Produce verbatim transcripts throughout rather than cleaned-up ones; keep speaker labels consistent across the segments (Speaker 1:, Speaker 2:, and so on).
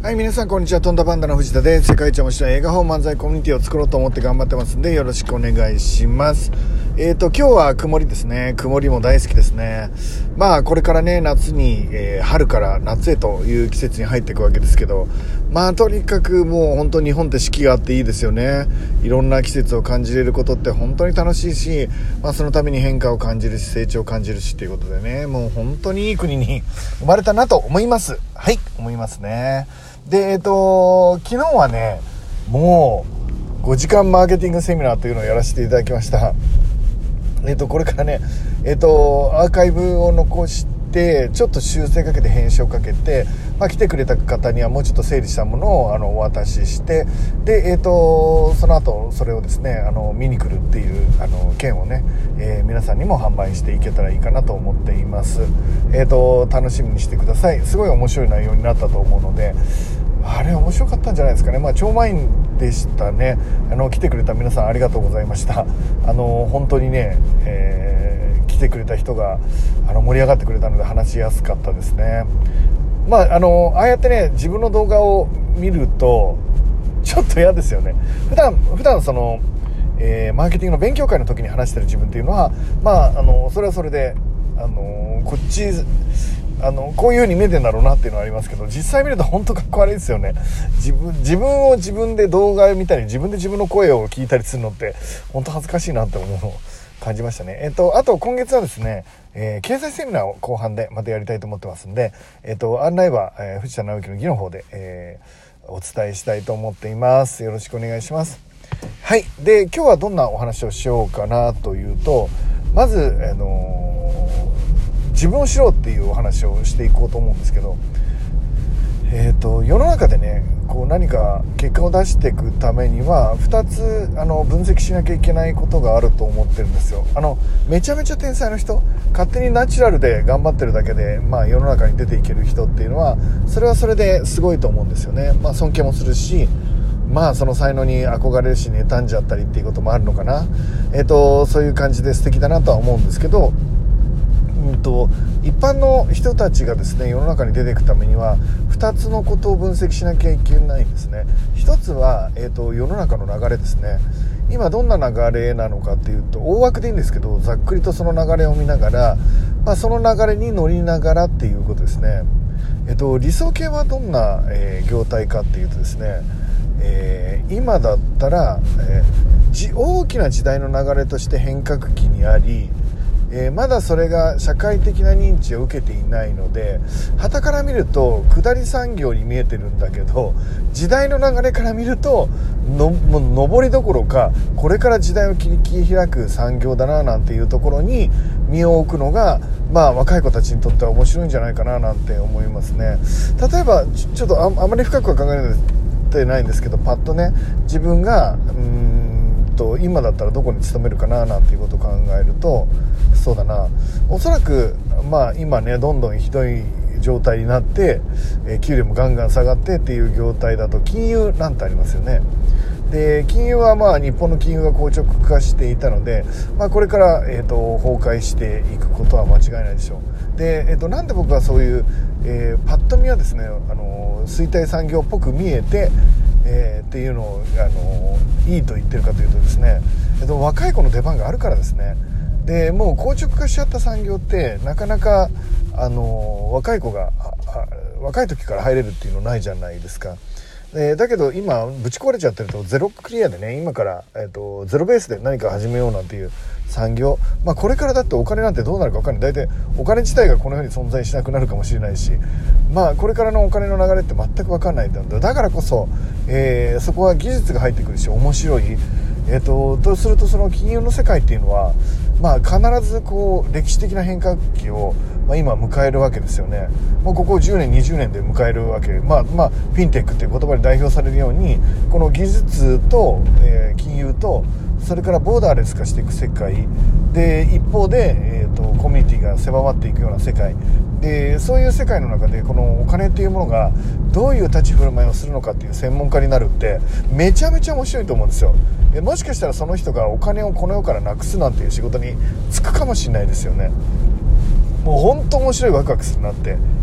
Speaker 1: はい、皆さんこんにちは。とんだパンダの藤田で、世界一面白い映画本漫才コミュニティを作ろうと思って頑張ってますんで、よろしくお願いします。えーと今日は曇りですね。曇りも大好きですね。まあこれからね、夏に、えー、春から夏へという季節に入っていくわけですけど、まあとにかくもう本当に日本って四季があっていいですよね。いろんな季節を感じれることって本当に楽しいし、まあそのために変化を感じるし、成長を感じるしということでね、もう本当にいい国に生まれたなと思います。はい、思いますね。で、えっと、昨日はね、もうごじかんマーケティングセミナーというのをやらせていただきました。えっと、これからね、えっと、アーカイブを残して、ちょっと修正かけて編集をかけて、まあ、来てくれた方にはもうちょっと整理したものをあのお渡しして、で、えっと、その後、それをですね、あの、見に来るっていう、あの、券をね、えー、皆さんにも販売していけたらいいかなと思っています。えっと、楽しみにしてください。すごい面白い内容になったと思うので、あれ面白かったんじゃないですかね。まあ超満員でしたね。あの来てくれた皆さんありがとうございました。あの本当にね、えー、来てくれた人があの盛り上がってくれたので話しやすかったですね。まああのああやってね、自分の動画を見るとちょっと嫌ですよね。普段普段その、えー、マーケティングの勉強会の時に話してる自分っていうのは、まああのそれはそれであのこっちあのこういう風に見えてんだろうなっていうのはありますけど、実際見ると本当かっこ悪いですよね。自分自分を自分で動画を見たり、自分で自分の声を聞いたりするのって本当恥ずかしいなって思うのを感じましたね。えっとあと今月はですね、えー、経済セミナーを後半でまたやりたいと思ってますんで、えっと案内は、えー、藤田直之の儀の方で、えー、お伝えしたいと思っています。よろしくお願いします。はい。で、今日はどんなお話をしようかなというと、まずあのー自分を知ろうっていうお話をしていこうと思うんですけど、えーと、世の中でね、こう何か結果を出していくためにはふたつあの分析しなきゃいけないことがあると思ってるんですよ。あのめちゃめちゃ天才の人、勝手にナチュラルで頑張ってるだけで、まあ、世の中に出ていける人っていうのはそれはそれですごいと思うんですよね。まあ、尊敬もするし、まあその才能に憧れるし妬んじゃったりっていうこともあるのかな。えーと、そういう感じで素敵だなとは思うんですけど、うんと、一般の人たちがですね、世の中に出ていくためにはふたつのことを分析しなきゃいけないんですね。ひとつは、えーと、世の中の流れですね。今どんな流れなのかっていうと、大枠でいいんですけど、ざっくりとその流れを見ながら、まあ、その流れに乗りながらっていうことですね。えーと、理想形はどんな、えー、業態かっていうとですね、えー、今だったら、えー、じ大きな時代の流れとして変革期にあり、えー、まだそれが社会的な認知を受けていないので、傍から見ると下り産業に見えてるんだけど、時代の流れから見るとのもう上りどころか、これから時代を切り開く産業だななんていうところに身を置くのが、まあ若い子たちにとっては面白いんじゃないかななんて思いますね。例えばちょ、ちょっと あ, あまり深くは考えてないんですけど、パッとね、自分がうーんと今だったらどこに勤めるかななんていうことを考えると、そうだな、おそらくまあ今ね、どんどんひどい状態になって、えー、給料もガンガン下がってっていう業態だと金融なんてありますよね。で、金融はまあ日本の金融が硬直化していたので、まあ、これから、えー、と崩壊していくことは間違いないでしょう。で、えー、となんで僕はそういう、えー、パッと見はですね、あの衰退産業っぽく見えて、えー、っていうのを、あのいいと言ってるかというとですね、えー、と若い子の出番があるからですね。で、もう硬直化しちゃった産業ってなかなか、あの若い子が若い時から入れるっていうのないじゃないですか。えー、だけど今ぶち壊れちゃってるとゼロクリアでね、今から、えー、とゼロベースで何か始めようなんていう産業、まあ、これからだってお金なんてどうなるか分かんない。大体お金自体がこの世に存在しなくなるかもしれないし、まあこれからのお金の流れって全く分かんないんだ。だからこそ、えー、そこは技術が入ってくるし面白い。えー、ととするとその金融の世界っていうのは、まあ、必ずこう歴史的な変革期を、まあ、今迎えるわけですよね。もうここじゅうねんにじゅうねんで迎えるわけ、まあまあ、フィンテックっていう言葉に代表されるように、この技術と、えー、金融とそれからボーダーレス化していく世界で、一方で、えー、とコミュニティが狭まっていくような世界で、そういう世界の中でこのお金っていうものがどういう立ち振る舞いをするのかっていう専門家になるってめちゃめちゃ面白いと思うんですよ。もしかしたらその人がお金をこの世からなくすなんていう仕事に就くかもしれないですよね。もう本当面白い、ワクワクするなって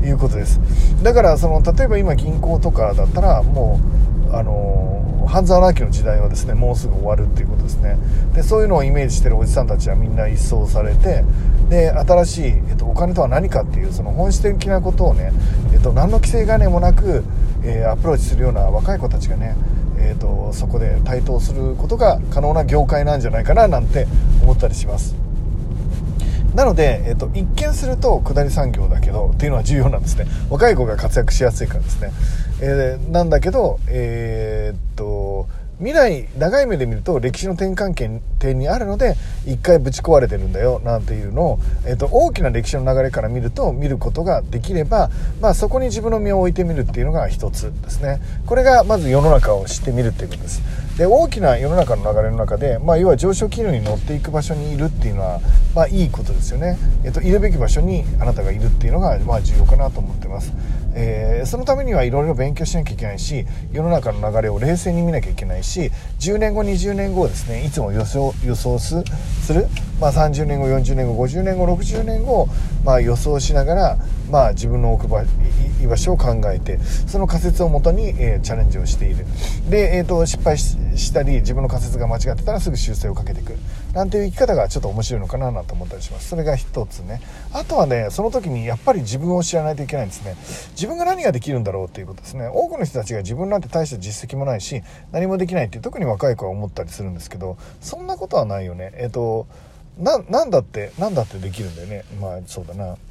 Speaker 1: いうことです。だからその例えば今銀行とかだったらもうあの半沢直樹の時代はですねもうすぐ終わるっていうことですね。でそういうのをイメージしてるおじさんたちはみんな一掃されて、で新しい、えっと、お金とは何かっていうその本質的なことをね、えっと、何の規制概念もなく、えー、アプローチするような若い子たちがね、えー、とそこで台頭することが可能な業界なんじゃないかななんて思ったりします。なので、えー、と一見すると下り産業だけどっていうのは重要なんですね。若い子が活躍しやすいからですね、えー、なんだけど、えー、っと未来長い目で見ると歴史の転換点にあるので一回ぶち壊れてるんだよなんていうのを、えー、と大きな歴史の流れから見ると見ることができれば、まあ、そこに自分の身を置いてみるっていうのが一つですね。これがまず世の中を知ってみるっていうことです。で大きな世の中の流れの中で、まあ、要は上昇気流に乗っていく場所にいるっていうのは、まあ、いいことですよね。えー、といるべき場所にあなたがいるっていうのが、まあ、重要かなと思ってます。えー、そのためにはいろいろ勉強しなきゃいけないし世の中の流れを冷静に見なきゃいけないしじゅうねんごにじゅうねんごをですねいつも予想、予想す, する、まあ、さんじゅうねんごよんじゅうねんごごじゅうねんごろくじゅうねんごを、まあ、予想しながら、まあ、自分の置く場居場所を考えてその仮説をもとに、えー、チャレンジをしている。で、えー、と失敗 し, したり自分の仮説が間違ってたらすぐ修正をかけていくなんていう生き方がちょっと面白いのかななんて思ったりします。それが一つね。あとはねその時にやっぱり自分を知らないといけないんですね。自分が何ができるんだろうっていうことですね。多くの人たちが自分なんて大した実績もないし何もできないって特に若い子は思ったりするんですけどそんなことはないよね。えっとななんだってなんだってできるんだよね。まあそうだな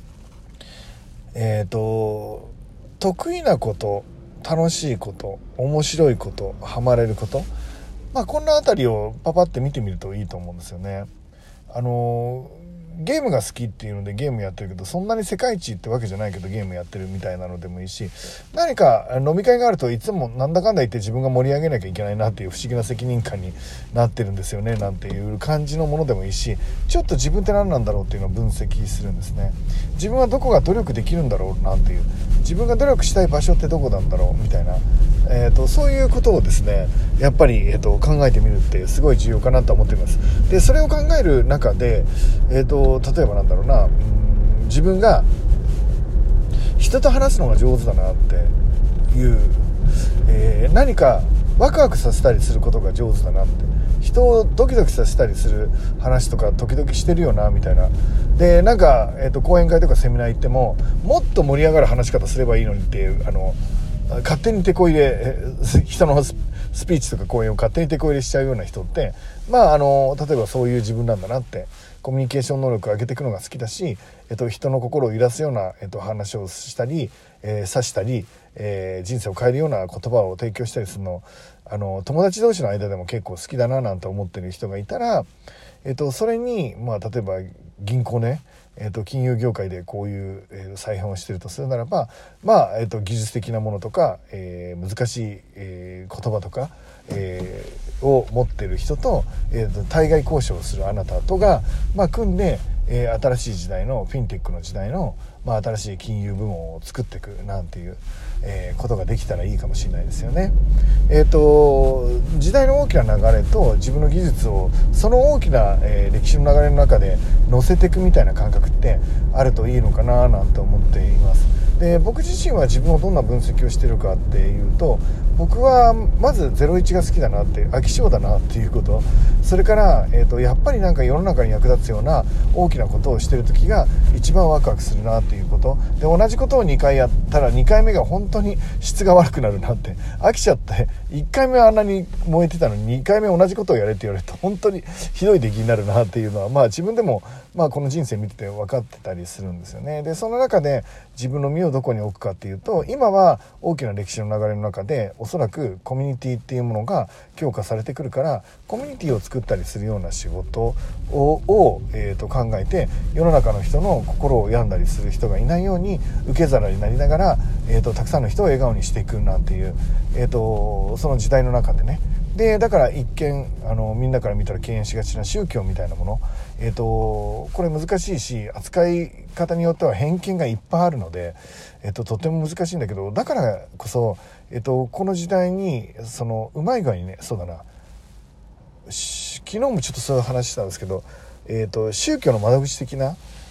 Speaker 1: えっと得意なこと楽しいこと面白いことハマれること、まあこんなあたりをパパって見てみるといいと思うんですよね。あのゲームが好きっていうのでゲームやってるけどそんなに世界一ってわけじゃないけどゲームやってるみたいなのでもいいし、何か飲み会があるといつもなんだかんだ言って自分が盛り上げなきゃいけないなっていう不思議な責任感になってるんですよねなんていう感じのものでもいいし、ちょっと自分って何なんだろうっていうのを分析するんですね。自分はどこが努力できるんだろうなんていう、自分が努力したい場所ってどこなんだろうみたいな、えー、とそういうことをですねやっぱり、えー、と考えてみるってすごい重要かなと思っています。でそれを考える中で、えー、と例えばなんだろうな、うーん自分が人と話すのが上手だなっていう、えー、何かワクワクさせたりすることが上手だなって、人をドキドキさせたりする話とか時々してるよなみたいな。でなんか、えー、と講演会とかセミナー行ってももっと盛り上がる話し方すればいいのにっていうあの勝手に手こ入れ人のスピーチとか講演を勝手に手こ入れしちゃうような人ってまああの例えばそういう自分なんだなって、コミュニケーション能力を上げていくのが好きだし、えっと、人の心を揺らすような、えっと、話をしたり、えー、指したり、えー、人生を変えるような言葉を提供したりするのあの友達同士の間でも結構好きだななんて思ってる人がいたら、えっと、それに、まあ、例えば銀行ね、えー、と金融業界でこういう、えー、再編をしているとするならば、まあえー、と技術的なものとか、えー、難しい、えー、言葉とか、えー、を持っている人と、えー、と対外交渉をするあなたとが、まあ、組んで、えー、新しい時代のフィンテックの時代の、まあ、新しい金融部門を作っていくなんていう、えー、ことができたらいいかもしれないですよね。えー、と時代の大きな流れと自分の技術をその大きな、えー、歴史の流れの中で乗せていくみたいな感覚ってあるといいのかななんて思っています。で僕自身は自分をどんな分析をしているかっていうと、僕はまずゼロイチが好きだなって、飽き性だなっていうこと、それから、えー、とやっぱりなんか世の中に役立つような大きなことをしている時が一番ワクワクするなっていうことで、同じことをにかいやったらにかいめが本当に質が悪くなるなって、飽きちゃっていっかいめはあんなに燃えてたのににかいめ同じことをやれって言われると本当にひどい出来になるなっていうのは、まあ自分でもまあこの人生見てて分かってたりするんですよね。でその中で自分の身をどこに置くかっていうと、今は大きな歴史の流れの中でおそらくコミュニティっていうものが強化されてくるから、コミュニティを作ったりするような仕事を、を、えー、と考えて世の中の人の心を病んだりする人がいないように受け皿になりながら、えー、とたくさんの人を笑顔にしていくなんていう、えー、とその時代の中でね。でだから一見あのみんなから見たら敬遠しがちな宗教みたいなもの、えー、とこれ難しいし扱い方によっては偏見がいっぱいあるので、えー、ととても難しいんだけど、だからこそ、えー、とこの時代にそのうまい具合にね、そうだな、昨日もちょっとそういう話したんですけど、えー、と宗教の窓口的な、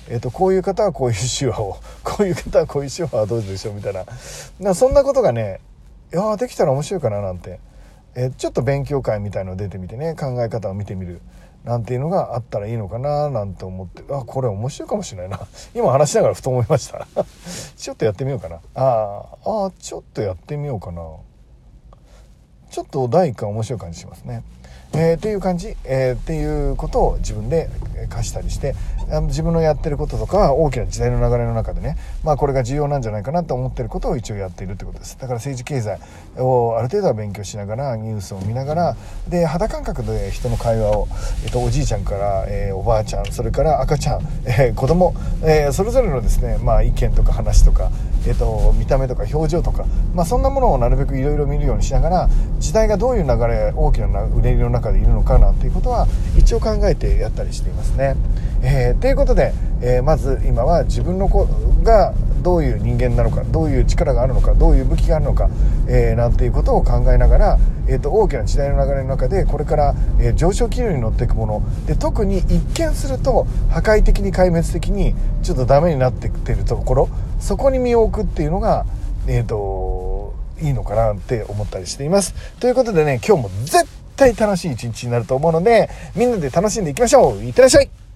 Speaker 1: えー、とこういう方はこういう手話をこういう方はこういう手話はどうでしょうみたいな、なそんなことがね、いやできたら面白いかななんて、えー、ちょっと勉強会みたいの出てみてね、考え方を見てみるなんていうのがあったらいいのかななんて思って、あこれ面白いかもしれないな今話しながらふと思いましたちょっとやってみようかな、ああちょっとやってみようかな、ちょっと第一巻面白い感じしますね。えー、っていう感じ、えー、っていうことを自分で課したりして、自分のやってることとかは大きな時代の流れの中でね、まあこれが重要なんじゃないかなと思ってることを一応やっているってことです。だから政治経済をある程度は勉強しながら、ニュースを見ながら、で肌感覚で人の会話を、えー、とおじいちゃんから、えー、おばあちゃん、それから赤ちゃん、えー、子供、えー、それぞれのですね、まあ意見とか話とか、えー、と見た目とか表情とか、まあそんなものをなるべくいろいろ見るようにしながら、時代がどういう流れ、大きなうねりの中でいるのかなっていうことは一応考えてやったりしていますね。えー、ということで、えー、まず今は自分の子がどういう人間なのか、どういう力があるのか、どういう武器があるのか、えー、なんていうことを考えながら、えー、と大きな時代の流れの中でこれから、えー、上昇気流に乗っていくもので、特に一見すると破壊的に壊滅的にちょっとダメになってきているところ、そこに身を置くっていうのが、えー、といいのかなって思ったりしています。ということでね、今日も絶対楽しい一日になると思うので、みんなで楽しんでいきましょう。いってらっしゃい。